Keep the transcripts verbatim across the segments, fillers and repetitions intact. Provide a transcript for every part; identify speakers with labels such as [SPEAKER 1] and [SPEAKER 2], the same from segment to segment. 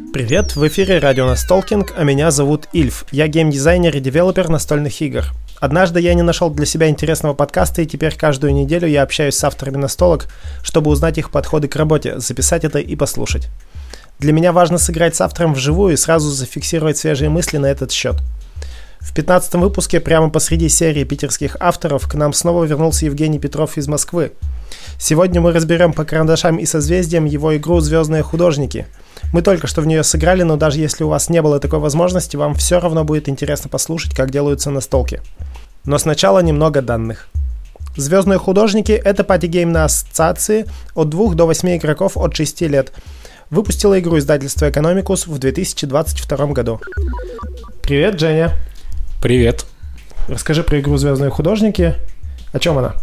[SPEAKER 1] Привет, в эфире радио Настолкинг, а меня зовут Ильф. Я геймдизайнер и девелопер настольных игр. Однажды я не нашел для себя интересного подкаста, и теперь каждую неделю я общаюсь с авторами настолок, чтобы узнать их подходы к работе, записать это и послушать. Для меня важно сыграть с автором вживую и сразу зафиксировать свежие мысли на этот счет. В пятнадцатом выпуске, прямо посреди серии питерских авторов, к нам снова вернулся Евгений Петров из Москвы. Сегодня мы разберем по карандашам и созвездиям его игру «Звездные художники». Мы только что в нее сыграли, но даже если у вас не было такой возможности, вам все равно будет интересно послушать, как делаются настолки. Но сначала немного данных. «Звездные художники» — это пати-гейм на ассоциации от двух до восьми игроков от шести лет. Выпустила игру издательство Economicus в две тысячи двадцать втором году. Привет, Женя.
[SPEAKER 2] Привет.
[SPEAKER 1] Расскажи про игру «Звездные художники». О чем она?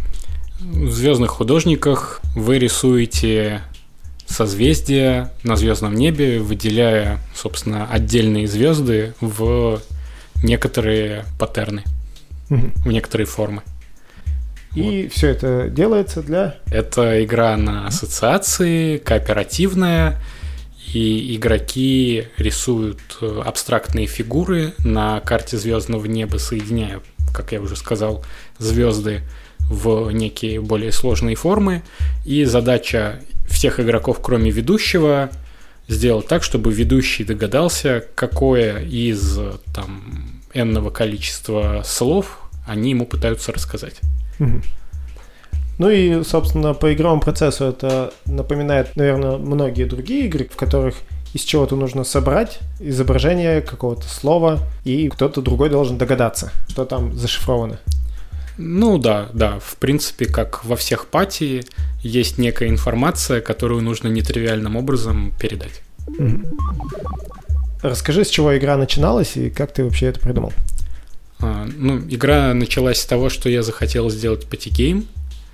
[SPEAKER 2] В «Звездных художниках» вы рисуете созвездия на звездном небе, выделяя, собственно, отдельные звезды в некоторые паттерны, угу. в некоторые формы.
[SPEAKER 1] И вот. Все это делается для...
[SPEAKER 2] Это игра на ассоциации, кооперативная, и игроки рисуют абстрактные фигуры на карте звездного неба, соединяя, как я уже сказал, звезды в некие более сложные формы, и задача всех игроков, кроме ведущего, сделать так, чтобы ведущий догадался, какое из там энного количества слов они ему пытаются рассказать.
[SPEAKER 1] Угу. Ну и, собственно, по игровому процессу это напоминает, наверное, многие другие игры, в которых из чего-то нужно собрать изображение какого-то слова, и кто-то другой должен догадаться, что там зашифровано.
[SPEAKER 2] Ну да, да, в принципе, как во всех пати, есть некая информация, которую нужно нетривиальным образом передать.
[SPEAKER 1] Mm-hmm. Расскажи, с чего игра начиналась и как ты вообще это придумал?
[SPEAKER 2] А, ну, игра началась с того, что я захотел сделать пати-гейм,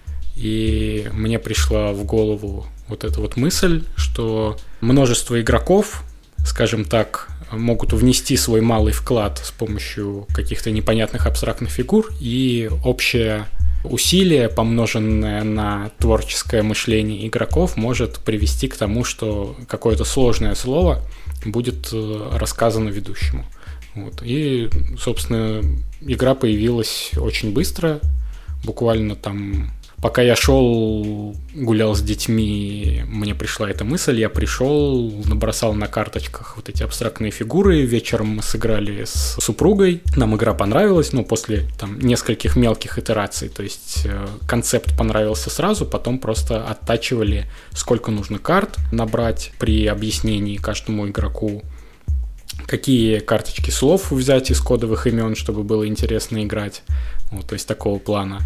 [SPEAKER 2] и мне пришла в голову вот эта вот мысль, что множество игроков, скажем так, могут внести свой малый вклад с помощью каких-то непонятных абстрактных фигур, и общее усилие, помноженное на творческое мышление игроков, может привести к тому, что какое-то сложное слово будет рассказано ведущему. Вот. И, собственно, игра появилась очень быстро, буквально там... Пока я шел, гулял с детьми, мне пришла эта мысль, я пришел, набросал на карточках вот эти абстрактные фигуры, вечером мы сыграли с супругой, нам игра понравилась, ну, после там нескольких мелких итераций, то есть э, концепт понравился сразу, потом просто оттачивали, сколько нужно карт набрать при объяснении каждому игроку, какие карточки слов взять из кодовых имен, чтобы было интересно играть, вот, то есть такого плана.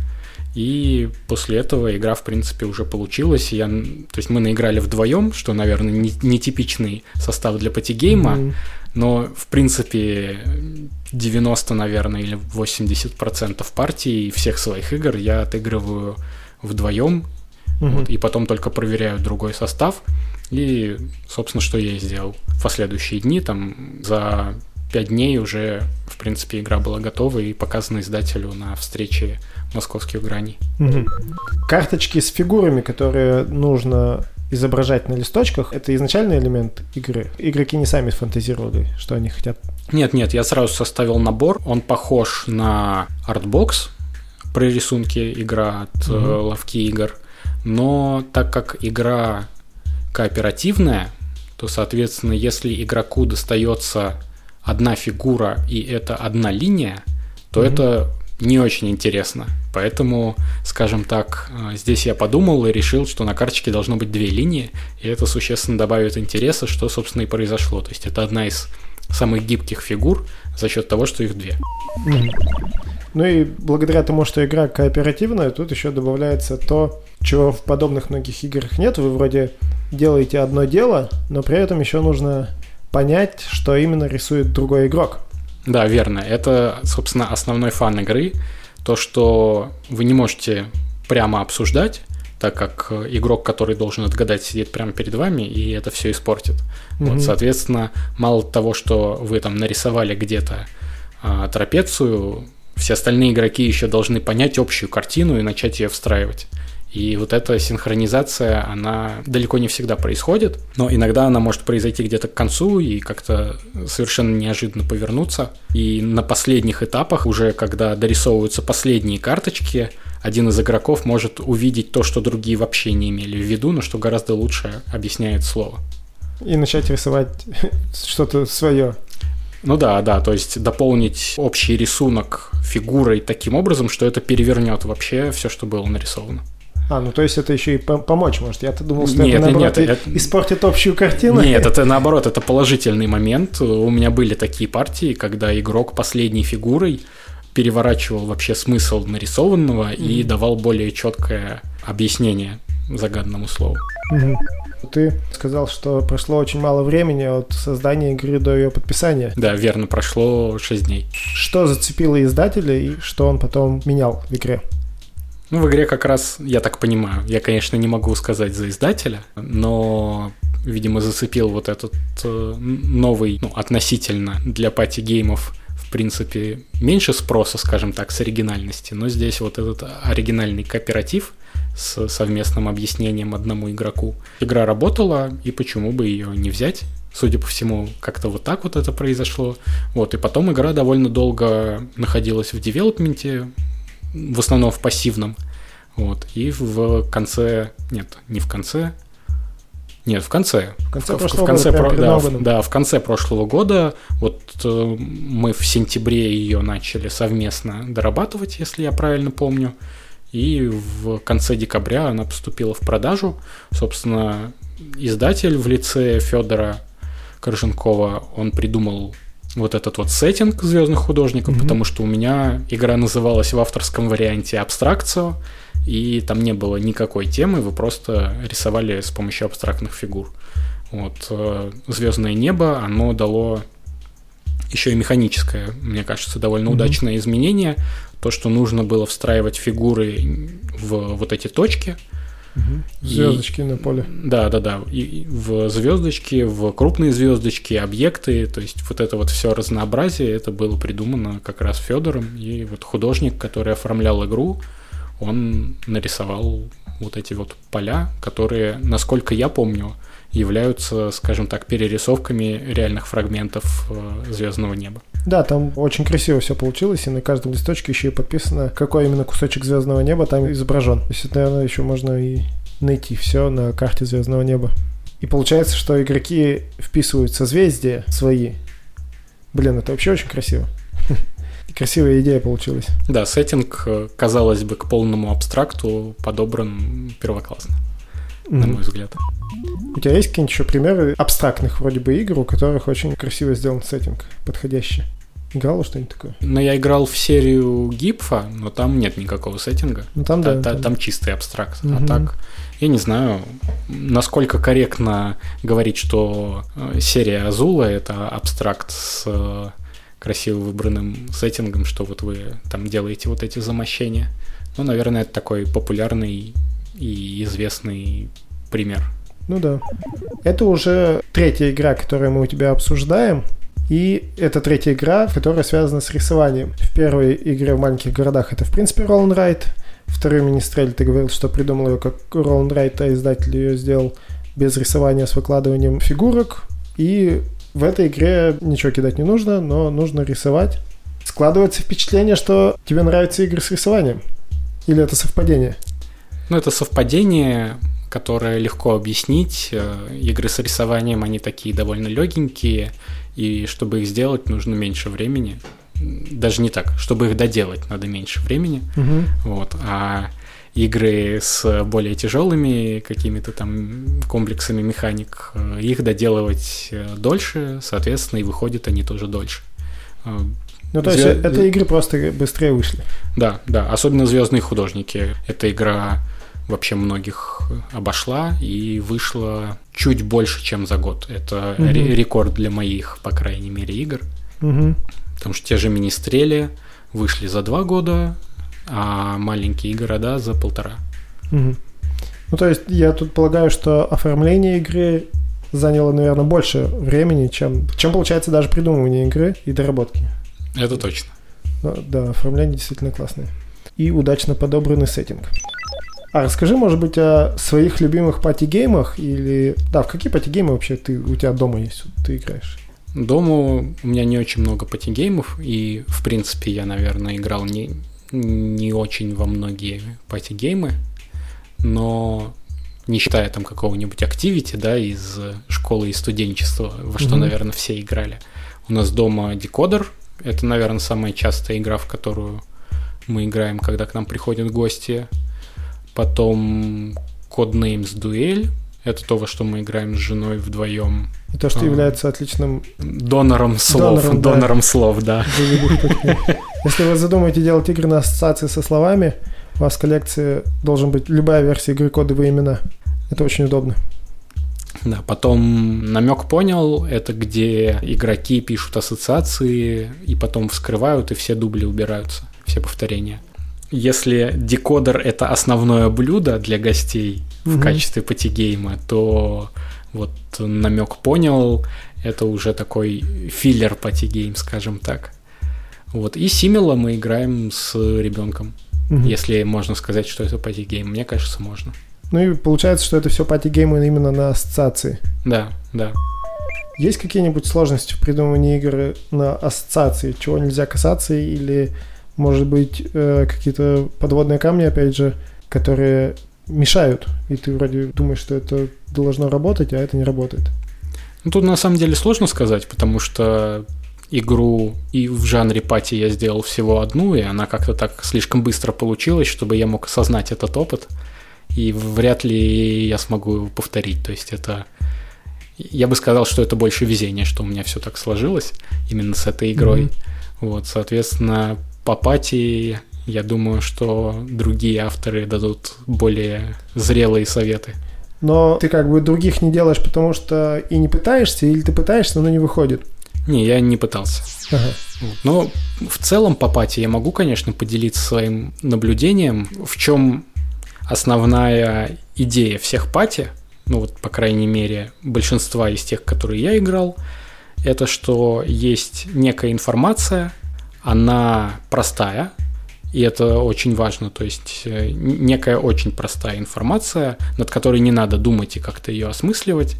[SPEAKER 2] И после этого игра, в принципе, уже получилась. Я, то есть мы наиграли вдвоем, что, наверное, не, нетипичный состав для пати-гейма, mm-hmm. но, в принципе, девяносто, наверное, или восемьдесят процентов партий всех своих игр я отыгрываю вдвоем, mm-hmm. вот, и потом только проверяю другой состав. И, собственно, что я и сделал. В последующие дни, там, за пять дней уже, в принципе, игра была готова и показана издателю на встрече московских граней.
[SPEAKER 1] Угу. Карточки с фигурами, которые нужно изображать на листочках, это изначальный элемент игры? Игроки не сами фантазировали, что они хотят?
[SPEAKER 2] Нет-нет, я сразу составил набор. Он похож на Artbox про рисунки, игра от угу. лавки игр. Но так как игра кооперативная, то, соответственно, если игроку достается одна фигура и это одна линия, то mm-hmm. это не очень интересно. Поэтому, скажем так, здесь я подумал и решил, что на карточке должно быть две линии, и это существенно добавит интереса, что, собственно, и произошло. То есть это одна из самых гибких фигур за счет того, что их две.
[SPEAKER 1] Mm-hmm. Ну и благодаря тому, что игра кооперативная, тут еще добавляется то, чего в подобных многих играх нет. Вы вроде делаете одно дело, но при этом еще нужно понять, что именно рисует другой игрок.
[SPEAKER 2] Да, верно. Это, собственно, основной фан игры. То, что вы не можете прямо обсуждать, так как игрок, который должен отгадать, сидит прямо перед вами, и это все испортит. Mm-hmm. Вот, соответственно, мало того, что вы там нарисовали где-то а, трапецию, все остальные игроки еще должны понять общую картину и начать ее встраивать. И вот эта синхронизация, она далеко не всегда происходит, но иногда она может произойти где-то к концу и как-то совершенно неожиданно повернуться. И на последних этапах, уже когда дорисовываются последние карточки, один из игроков может увидеть то, что другие вообще не имели в виду, но что гораздо лучше объясняет слово.
[SPEAKER 1] И начать рисовать что-то свое.
[SPEAKER 2] Ну да, да, то есть дополнить общий рисунок фигурой таким образом, что это перевернет вообще все, что было нарисовано.
[SPEAKER 1] А, ну то есть это еще и помочь может. Я-то думал, что
[SPEAKER 2] нет,
[SPEAKER 1] это, наоборот,
[SPEAKER 2] нет,
[SPEAKER 1] это... испортит общую картину.
[SPEAKER 2] Нет, это наоборот, это положительный момент. У меня были такие партии, когда игрок последней фигурой переворачивал вообще смысл нарисованного mm-hmm. и давал более четкое объяснение загаданному слову.
[SPEAKER 1] Mm-hmm. Ты сказал, что прошло очень мало времени от создания игры до ее подписания.
[SPEAKER 2] Да, верно, прошло шесть дней.
[SPEAKER 1] Что зацепило издателя и что он потом менял в игре?
[SPEAKER 2] Ну, в игре как раз, я так понимаю, я, конечно, не могу сказать за издателя, но, видимо, зацепил вот этот э, новый, ну, относительно для пати-геймов, в принципе, меньше спроса, скажем так, с оригинальности, но здесь вот этот оригинальный кооператив с совместным объяснением одному игроку. Игра работала, и почему бы ее не взять? Судя по всему, как-то вот так вот это произошло. Вот, и потом игра довольно долго находилась в девелопменте, в основном в пассивном. Вот, и в конце... Нет, не в конце... Нет, в конце.
[SPEAKER 1] В конце
[SPEAKER 2] в,
[SPEAKER 1] прошлого
[SPEAKER 2] в конце
[SPEAKER 1] года,
[SPEAKER 2] про,
[SPEAKER 1] да,
[SPEAKER 2] в, да, в конце прошлого года. Вот э, мы в сентябре ее начали совместно дорабатывать, если я правильно помню. И в конце декабря она поступила в продажу. Собственно, издатель в лице Федора Корженкова, он придумал вот этот вот сеттинг «Звездных художников», mm-hmm. потому что у меня игра называлась в авторском варианте «Абстракцио», и там не было никакой темы, вы просто рисовали с помощью абстрактных фигур. Вот. «Звездное небо», оно дало еще и механическое, мне кажется, довольно mm-hmm. удачное изменение. То, что нужно было встраивать фигуры в вот эти точки.
[SPEAKER 1] Угу. Звездочки и, на поле.
[SPEAKER 2] Да, да, да. И в звездочки, в крупные звездочки, объекты. То есть вот это вот все разнообразие, это было придумано как раз Федором. И вот художник, который оформлял игру, он нарисовал вот эти вот поля, которые, насколько я помню, являются, скажем так, перерисовками реальных фрагментов звездного неба.
[SPEAKER 1] Да, там очень красиво все получилось, и на каждом листочке еще и подписано, какой именно кусочек звездного неба там изображен. То есть это, наверное, еще можно и найти все на карте звездного неба. И получается, что игроки вписывают созвездия свои. Блин, это вообще очень красиво. Красивая идея получилась.
[SPEAKER 2] Да, сеттинг, казалось бы, к полному абстракту подобран первоклассно, mm-hmm. на мой взгляд.
[SPEAKER 1] У тебя есть какие-нибудь еще примеры абстрактных вроде бы игр, у которых очень красиво сделан сеттинг, подходящий? Играл во что-нибудь такое?
[SPEAKER 2] Ну, я играл в серию Гипфа, но там нет никакого сеттинга.
[SPEAKER 1] Ну, там, да,
[SPEAKER 2] та,
[SPEAKER 1] там.
[SPEAKER 2] там чистый абстракт.
[SPEAKER 1] Угу.
[SPEAKER 2] А так, я не знаю, насколько корректно говорить, что серия Азула — это абстракт с красиво выбранным сеттингом, что вот вы там делаете вот эти замощения. Ну, наверное, это такой популярный и известный пример.
[SPEAKER 1] Ну да. Это уже третья игра, которую мы у тебя обсуждаем. И это третья игра, которая связана с рисованием. В первой игре в маленьких городах это, в принципе, Roll and Write. Второй Министрель, ты говорил, что придумал ее как Roll and Write, а издатель ее сделал без рисования, с выкладыванием фигурок. И в этой игре ничего кидать не нужно, но нужно рисовать. Складывается впечатление, что тебе нравятся игры с рисованием. Или это совпадение?
[SPEAKER 2] Ну, это совпадение, которое легко объяснить. Игры с рисованием, они такие довольно легенькие, и чтобы их сделать, нужно меньше времени. Даже не так, чтобы их доделать, надо меньше времени.
[SPEAKER 1] Угу.
[SPEAKER 2] Вот. А игры с более тяжелыми какими-то там комплексами механик, их доделывать дольше, соответственно, и выходят они тоже дольше.
[SPEAKER 1] Ну, то есть, Звезд... это игры просто быстрее вышли.
[SPEAKER 2] Да, да, особенно «Звездные художники». Эта игра вообще многих обошла и вышла чуть больше, чем за год. Это угу. ре- рекорд для моих, по крайней мере, игр.
[SPEAKER 1] Угу.
[SPEAKER 2] Потому что те же «Министрели» вышли за два года, а «Маленькие города» за полтора.
[SPEAKER 1] Угу. Ну, то есть, я тут полагаю, что оформление игры заняло, наверное, больше времени, чем, чем получается даже придумывание игры и доработки.
[SPEAKER 2] Это точно.
[SPEAKER 1] Ну, да, оформление действительно классное. И удачно подобранный сеттинг. А расскажи, может быть, о своих любимых пати-геймах или... Да, в какие пати-геймы вообще ты, у тебя дома есть, ты играешь?
[SPEAKER 2] Дома у меня не очень много пати-геймов, и, в принципе, я, наверное, играл не, не очень во многие пати-геймы, но не считая там какого-нибудь Activity, да, из школы и студенчества, во что, mm-hmm. наверное, все играли. У нас дома Decoder, это, наверное, самая частая игра, в которую мы играем, когда к нам приходят гости. Потом Codenames Duel, это то, во что мы играем с женой вдвоем.
[SPEAKER 1] И то, что а, является отличным...
[SPEAKER 2] Донором слов, донором, донором да. слов, да.
[SPEAKER 1] Если вы задумаете делать игры на ассоциации со словами, у вас в коллекции должен быть любая версия игры кодовые имена. Это очень удобно.
[SPEAKER 2] Да, потом намек понял, это где игроки пишут ассоциации и потом вскрывают, и все дубли убираются, все повторения. Если декодер – это основное блюдо для гостей mm-hmm. в качестве пати-гейма, то вот намек понял, это уже такой филлер пати-гейм, скажем так. Вот. И Симила мы играем с ребенком, mm-hmm. если можно сказать, что это пати-гейм. Мне кажется, можно.
[SPEAKER 1] Ну и получается, что это все пати-геймы именно на ассоциации.
[SPEAKER 2] Да, да.
[SPEAKER 1] Есть какие-нибудь сложности в придумывании игр на ассоциации? Чего нельзя касаться или... Может быть, э, какие-то подводные камни, опять же, которые мешают, и ты вроде думаешь, что это должно работать, а это не работает.
[SPEAKER 2] Ну, тут на самом деле сложно сказать, потому что игру и в жанре пати я сделал всего одну, и она как-то так слишком быстро получилась, чтобы я мог осознать этот опыт, и вряд ли я смогу его повторить. То есть это... Я бы сказал, что это больше везение, что у меня все так сложилось именно с этой игрой. Mm-hmm. Вот, соответственно... По пати, я думаю, что другие авторы дадут более зрелые советы.
[SPEAKER 1] Но ты как бы других не делаешь, потому что и не пытаешься, или ты пытаешься, но не выходит?
[SPEAKER 2] Не, я не пытался.
[SPEAKER 1] Ага.
[SPEAKER 2] Вот. Но в целом по пати я могу, конечно, поделиться своим наблюдением, в чем основная идея всех пати, ну вот, по крайней мере, большинства из тех, которые я играл, это что есть некая информация, она простая, и это очень важно, то есть некая очень простая информация, над которой не надо думать и как-то ее осмысливать,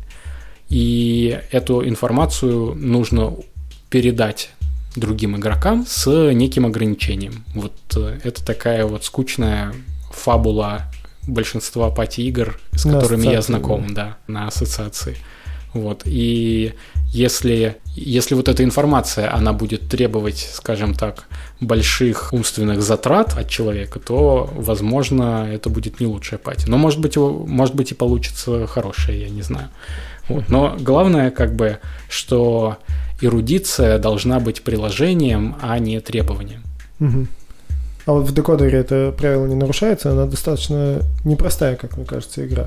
[SPEAKER 2] и эту информацию нужно передать другим игрокам с неким ограничением. Вот это такая вот скучная фабула большинства пати-игр, с на которыми я знаком, да, на ассоциации. Вот, и если, если вот эта информация, она будет требовать, скажем так, больших умственных затрат от человека, то, возможно, это будет не лучшая пати. Но, может быть, может быть и получится хорошая, я не знаю. Вот. Но главное, как бы, что эрудиция должна быть приложением, а не требованием.
[SPEAKER 1] Угу. А вот в декодере это правило не нарушается, она достаточно непростая, как мне кажется, игра.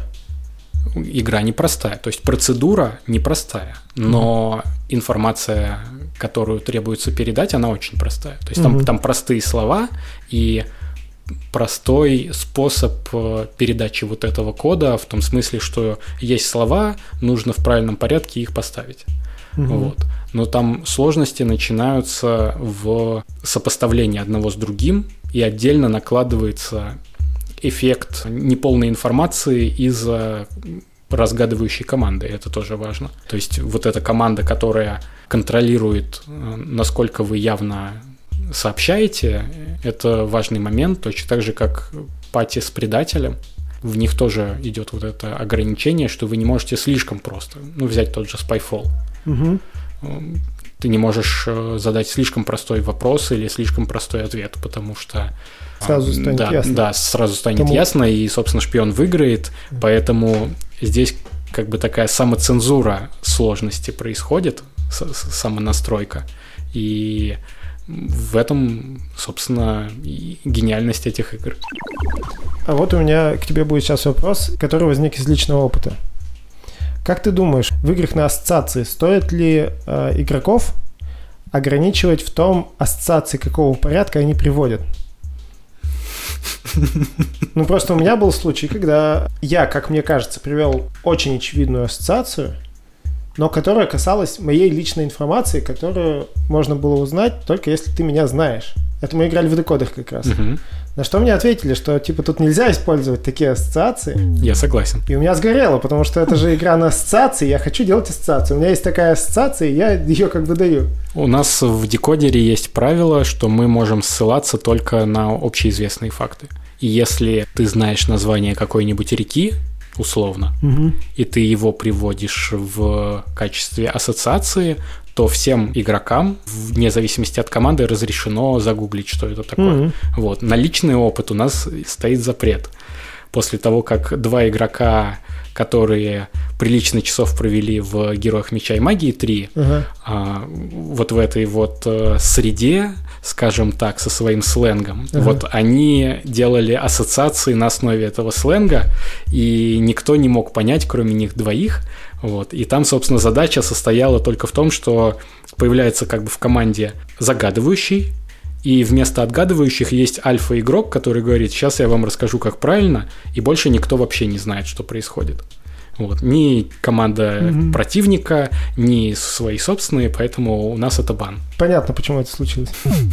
[SPEAKER 2] Игра непростая, то есть процедура непростая, но mm-hmm. информация, которую требуется передать, она очень простая. То есть mm-hmm. там, там простые слова и простой способ передачи вот этого кода, в том смысле, что есть слова, нужно в правильном порядке их поставить. Mm-hmm. Вот. Но там сложности начинаются в сопоставлении одного с другим, и отдельно накладывается эффект неполной информации из-за разгадывающей команды. Это тоже важно. То есть вот эта команда, которая контролирует, насколько вы явно сообщаете, это важный момент, точно так же, как пати с предателем. В них тоже идет вот это ограничение, что вы не можете слишком просто, ну, взять тот же Spyfall.
[SPEAKER 1] Угу.
[SPEAKER 2] Ты не можешь задать слишком простой вопрос или слишком простой ответ, потому что
[SPEAKER 1] сразу станет
[SPEAKER 2] да,
[SPEAKER 1] ясно.
[SPEAKER 2] Да, сразу станет
[SPEAKER 1] Тому...
[SPEAKER 2] ясно, и, собственно, шпион выиграет, mm-hmm. поэтому здесь как бы такая самоцензура сложности происходит, самонастройка, и в этом, собственно, и гениальность этих игр.
[SPEAKER 1] А вот у меня к тебе будет сейчас вопрос, который возник из личного опыта. Как ты думаешь, в играх на ассоциации стоит ли э, игроков ограничивать в том, ассоциации какого порядка они приводят? Ну, просто у меня был случай, когда я, как мне кажется, привел очень очевидную ассоциацию, но которая касалась моей личной информации, которую можно было узнать только если ты меня знаешь. Это мы играли в декодер как раз.
[SPEAKER 2] Угу.
[SPEAKER 1] На что мне ответили, что типа тут нельзя использовать такие ассоциации.
[SPEAKER 2] Я согласен.
[SPEAKER 1] И у меня сгорело, потому что это же игра на ассоциации, я хочу делать ассоциацию. У меня есть такая ассоциация, и я ее как бы даю.
[SPEAKER 2] У нас в декодере есть правило, что мы можем ссылаться только на общеизвестные факты. И если ты знаешь название какой-нибудь реки, условно, угу. и ты его приводишь в качестве ассоциации, то всем игрокам, вне зависимости от команды, разрешено загуглить, что это такое. Mm-hmm. Вот. На личный опыт у нас стоит запрет. После того, как два игрока, которые прилично часов провели в «Героях Меча и Магии три», uh-huh. а, вот в этой вот а, среде, скажем так, со своим сленгом, uh-huh. вот они делали ассоциации на основе этого сленга, и никто не мог понять, кроме них двоих. Вот. И там, собственно, задача состояла только в том, что появляется как бы в команде загадывающий, и вместо отгадывающих есть альфа-игрок, который говорит: сейчас я вам расскажу, как правильно, и больше никто вообще не знает, что происходит. Вот. Ни команда mm-hmm. противника, ни свои собственные, поэтому у нас это бан.
[SPEAKER 1] Понятно, почему это случилось.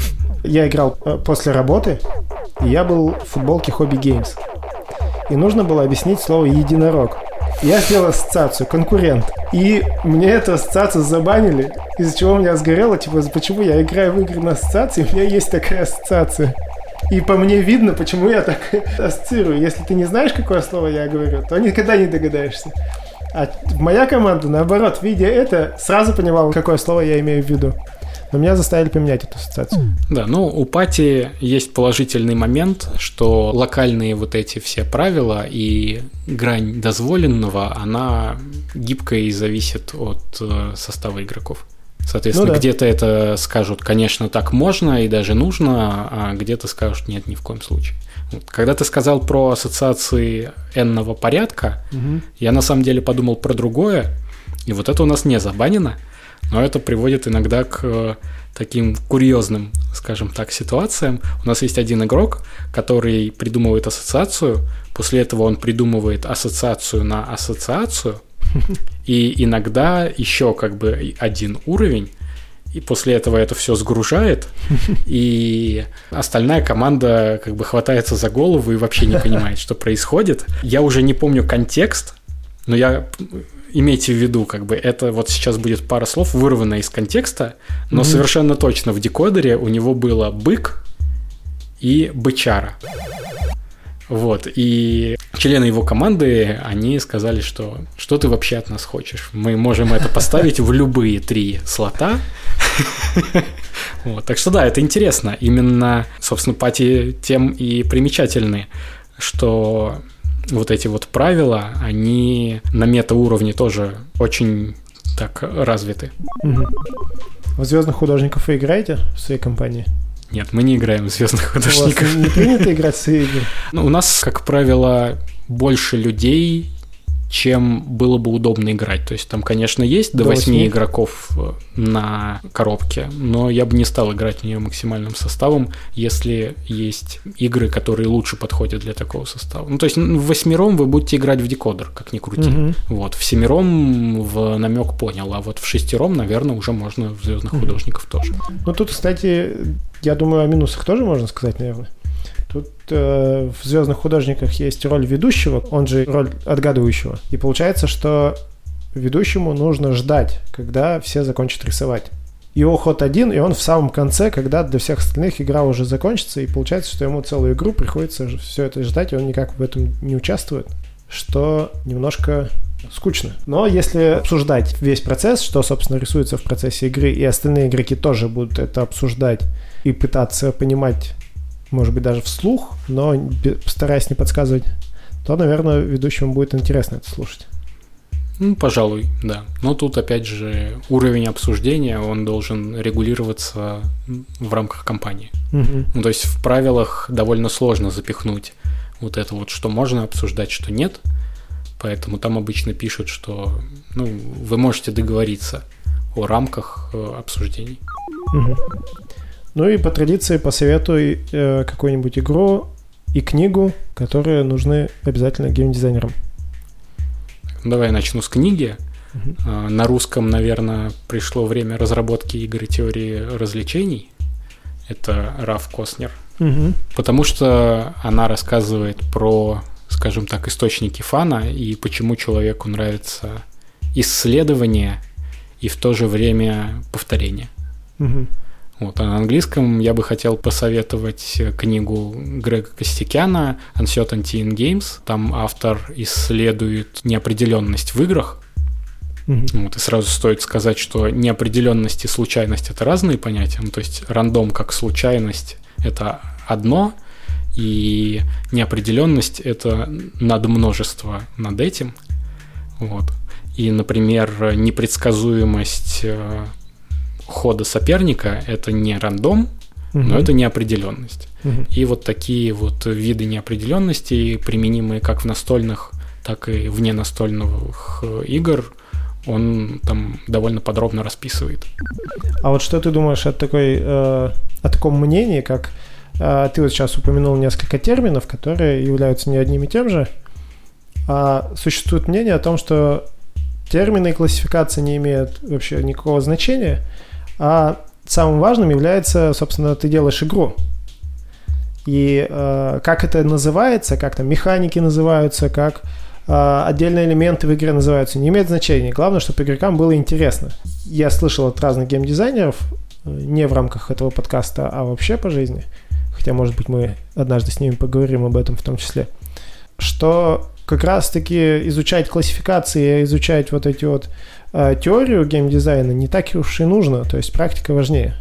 [SPEAKER 1] Я играл после работы, и я был в футболке Hobby Games. И нужно было объяснить слово «единорог». Я сделал ассоциацию «конкурент». И мне эту ассоциацию забанили, из-за чего у меня сгорело, типа, почему я играю в игры на ассоциации, у меня есть такая ассоциация. И по мне видно, почему я так ассоциирую. Если ты не знаешь, какое слово я говорю, то никогда не догадаешься. А моя команда, наоборот, видя это, сразу понимала, какое слово я имею в виду. Но меня заставили поменять эту ассоциацию.
[SPEAKER 2] Да, ну у пати есть положительный момент, что локальные вот эти все правила и грань дозволенного, она гибкая и зависит от э, состава игроков. Соответственно, ну, да. где-то это скажут, конечно, так можно и даже нужно, а где-то скажут, нет, ни в коем случае. Вот. Когда ты сказал про ассоциации n-ного порядка, угу. я на самом деле подумал про другое, и вот это у нас не забанено. Но это приводит иногда к таким курьезным, скажем так, ситуациям. У нас есть один игрок, который придумывает ассоциацию, после этого он придумывает ассоциацию на ассоциацию, и иногда еще как бы один уровень, и после этого это все сгружает, и остальная команда как бы хватается за голову и вообще не понимает, что происходит. Я уже не помню контекст, но я... Имейте в виду, как бы, это вот сейчас будет пара слов, вырванная из контекста, но mm-hmm. совершенно точно в декодере у него было бык и бычара. Вот, и члены его команды, они сказали, что что ты вообще от нас хочешь? Мы можем это поставить в любые три слота. Вот, так что да, это интересно. Именно, собственно, пати тем и примечательны, что... Вот эти вот правила, они на метауровне тоже очень так развиты.
[SPEAKER 1] Угу. В «Звездных художников» вы играете в своей компании?
[SPEAKER 2] Нет, мы не играем в «Звездных художников».
[SPEAKER 1] У вас не принято играть в свои игры?
[SPEAKER 2] Ну, у нас, как правило, больше людей, чем было бы удобно играть. То есть там, конечно, есть до восьми игроков на коробке, но я бы не стал играть в нее максимальным составом, если есть игры, которые лучше подходят для такого состава. Ну, то есть в восьмером вы будете играть в декодер, как ни крути. Угу. Вот, в семером в намек понял, а вот в шестером, наверное, уже можно в «Звездных угу. художников» тоже.
[SPEAKER 1] Ну, тут, кстати, я думаю, о минусах тоже можно сказать, наверное. Тут э, в «Звездных художниках» есть роль ведущего, он же роль отгадывающего. И получается, что ведущему нужно ждать, когда все закончат рисовать. Его ход один, и он в самом конце, когда для всех остальных игра уже закончится, и получается, что ему целую игру приходится все это ждать, и он никак в этом не участвует, что немножко скучно. Но если обсуждать весь процесс, что, собственно, рисуется в процессе игры, и остальные игроки тоже будут это обсуждать и пытаться понимать, может быть, даже вслух, но стараясь не подсказывать, то, наверное, ведущему будет интересно это слушать.
[SPEAKER 2] Ну, пожалуй, да. Но тут, опять же, уровень обсуждения, он должен регулироваться в рамках кампании. Угу. Ну, то есть в правилах довольно сложно запихнуть вот это вот, что можно обсуждать, что нет. Поэтому там обычно пишут, что ну, вы можете договориться о рамках э, обсуждений.
[SPEAKER 1] Угу. Ну и по традиции посоветуй э, какую-нибудь игру и книгу, которые нужны обязательно геймдизайнерам.
[SPEAKER 2] Давай я начну с книги. Uh-huh. На русском, наверное, пришло время разработки игр и теории развлечений. Это Раф Коснер.
[SPEAKER 1] Угу.
[SPEAKER 2] Потому что она рассказывает про, скажем так, источники фана и почему человеку нравится исследование и в то же время повторение.
[SPEAKER 1] Угу.
[SPEAKER 2] Вот, а на английском я бы хотел посоветовать книгу Грега Костякяна «Uncertainty in Games». Там автор исследует неопределенность в играх. Mm-hmm. Вот, и сразу стоит сказать, что неопределенность и случайность – это разные понятия. Ну, то есть рандом как случайность – это одно, и неопределенность – это надмножество над этим. Вот. И, например, непредсказуемость хода соперника – это не рандом, mm-hmm. но это неопределенность. Mm-hmm. И вот такие вот виды неопределенности, применимые как в настольных, так и вне настольных игр, он там довольно подробно расписывает.
[SPEAKER 1] А вот что ты думаешь о, такой, э, о таком мнении, как э, ты вот сейчас упомянул несколько терминов, которые являются не одним и тем же, а существует мнение о том, что термины и классификация не имеют вообще никакого значения, а самым важным является, собственно, ты делаешь игру. И э, как это называется, как там механики называются, как э, отдельные элементы в игре называются, не имеет значения. Главное, чтобы игрокам было интересно. Я слышал от разных геймдизайнеров, не в рамках этого подкаста, а вообще по жизни, хотя, может быть, мы однажды с ними поговорим об этом в том числе, что как раз-таки изучать классификации, изучать вот эти вот э, теорию геймдизайна не так уж и нужно, то есть практика важнее.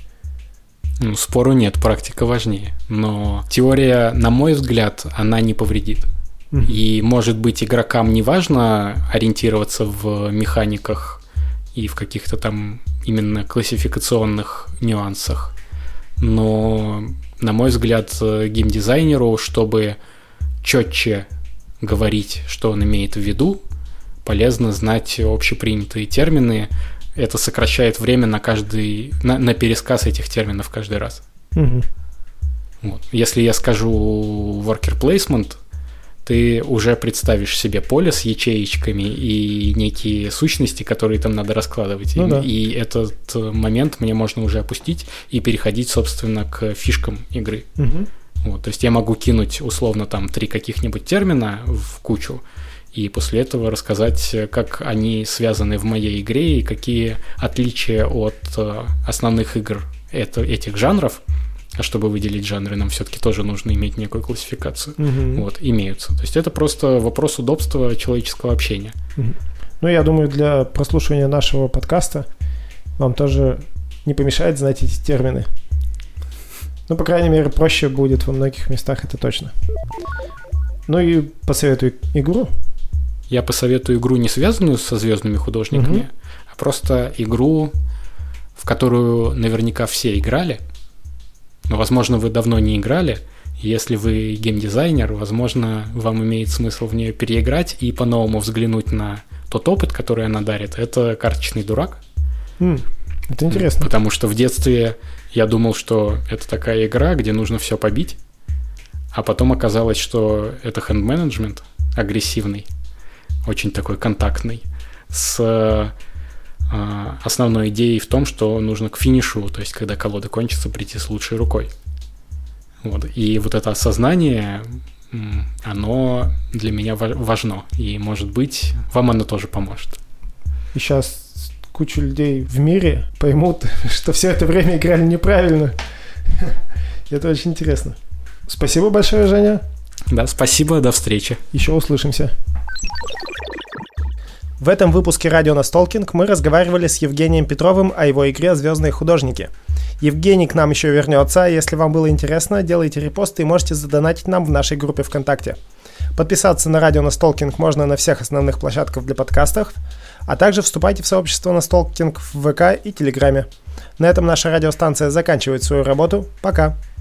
[SPEAKER 2] Ну, спору нет, практика важнее, но теория, на мой взгляд, она не повредит. Mm-hmm. И, может быть, игрокам не важно ориентироваться в механиках и в каких-то там именно классификационных нюансах, но, на мой взгляд, геймдизайнеру, чтобы четче говорить, что он имеет в виду, полезно знать общепринятые термины. Это сокращает время на каждый, на, на пересказ этих терминов каждый раз.
[SPEAKER 1] Mm-hmm.
[SPEAKER 2] Вот. Если я скажу worker placement, ты уже представишь себе поле с ячеечками и некие сущности, которые там надо раскладывать.
[SPEAKER 1] Ну,
[SPEAKER 2] и,
[SPEAKER 1] да.
[SPEAKER 2] и этот момент мне можно уже опустить и переходить, собственно, к фишкам игры.
[SPEAKER 1] Mm-hmm.
[SPEAKER 2] Вот, то есть я могу кинуть условно там три каких-нибудь термина в кучу и после этого рассказать, как они связаны в моей игре и какие отличия от э, основных игр это, этих жанров. А чтобы выделить жанры, нам все-таки тоже нужно иметь некую классификацию.
[SPEAKER 1] Mm-hmm.
[SPEAKER 2] Вот, имеются. То есть это просто вопрос удобства человеческого общения.
[SPEAKER 1] Mm-hmm. Ну, я думаю, для прослушивания нашего подкаста вам тоже не помешает знать эти термины. Ну, по крайней мере, проще будет во многих местах, это точно. Ну и посоветуй игру.
[SPEAKER 2] Я посоветую игру, не связанную со звездными художниками,
[SPEAKER 1] угу.
[SPEAKER 2] а просто игру, в которую наверняка все играли. Но, возможно, вы давно не играли. Если вы геймдизайнер, возможно, вам имеет смысл в нее переиграть и по-новому взглянуть на тот опыт, который она дарит. Это «Карточный дурак».
[SPEAKER 1] Mm, это интересно.
[SPEAKER 2] Потому что в детстве я думал, что это такая игра, где нужно все побить, а потом оказалось, что это хенд-менеджмент агрессивный, очень такой контактный, с э, основной идеей в том, что нужно к финишу, то есть когда колода кончится, прийти с лучшей рукой. Вот. И вот это осознание, оно для меня важно, и, может быть, вам оно тоже поможет.
[SPEAKER 1] И сейчас куча людей в мире поймут, что все это время играли неправильно. Это очень интересно. Спасибо большое, Женя.
[SPEAKER 2] Да, спасибо, до встречи.
[SPEAKER 1] Еще услышимся. В этом выпуске радио Настолкинг мы разговаривали с Евгением Петровым о его игре «Звездные художники». Евгений к нам еще вернется. Если вам было интересно, делайте репосты и можете задонатить нам в нашей группе ВКонтакте. Подписаться на радио Настолкинг можно на всех основных площадках для подкастов, а также вступайте в сообщество Настолкинг в ВК и Телеграме. На этом наша радиостанция заканчивает свою работу. Пока!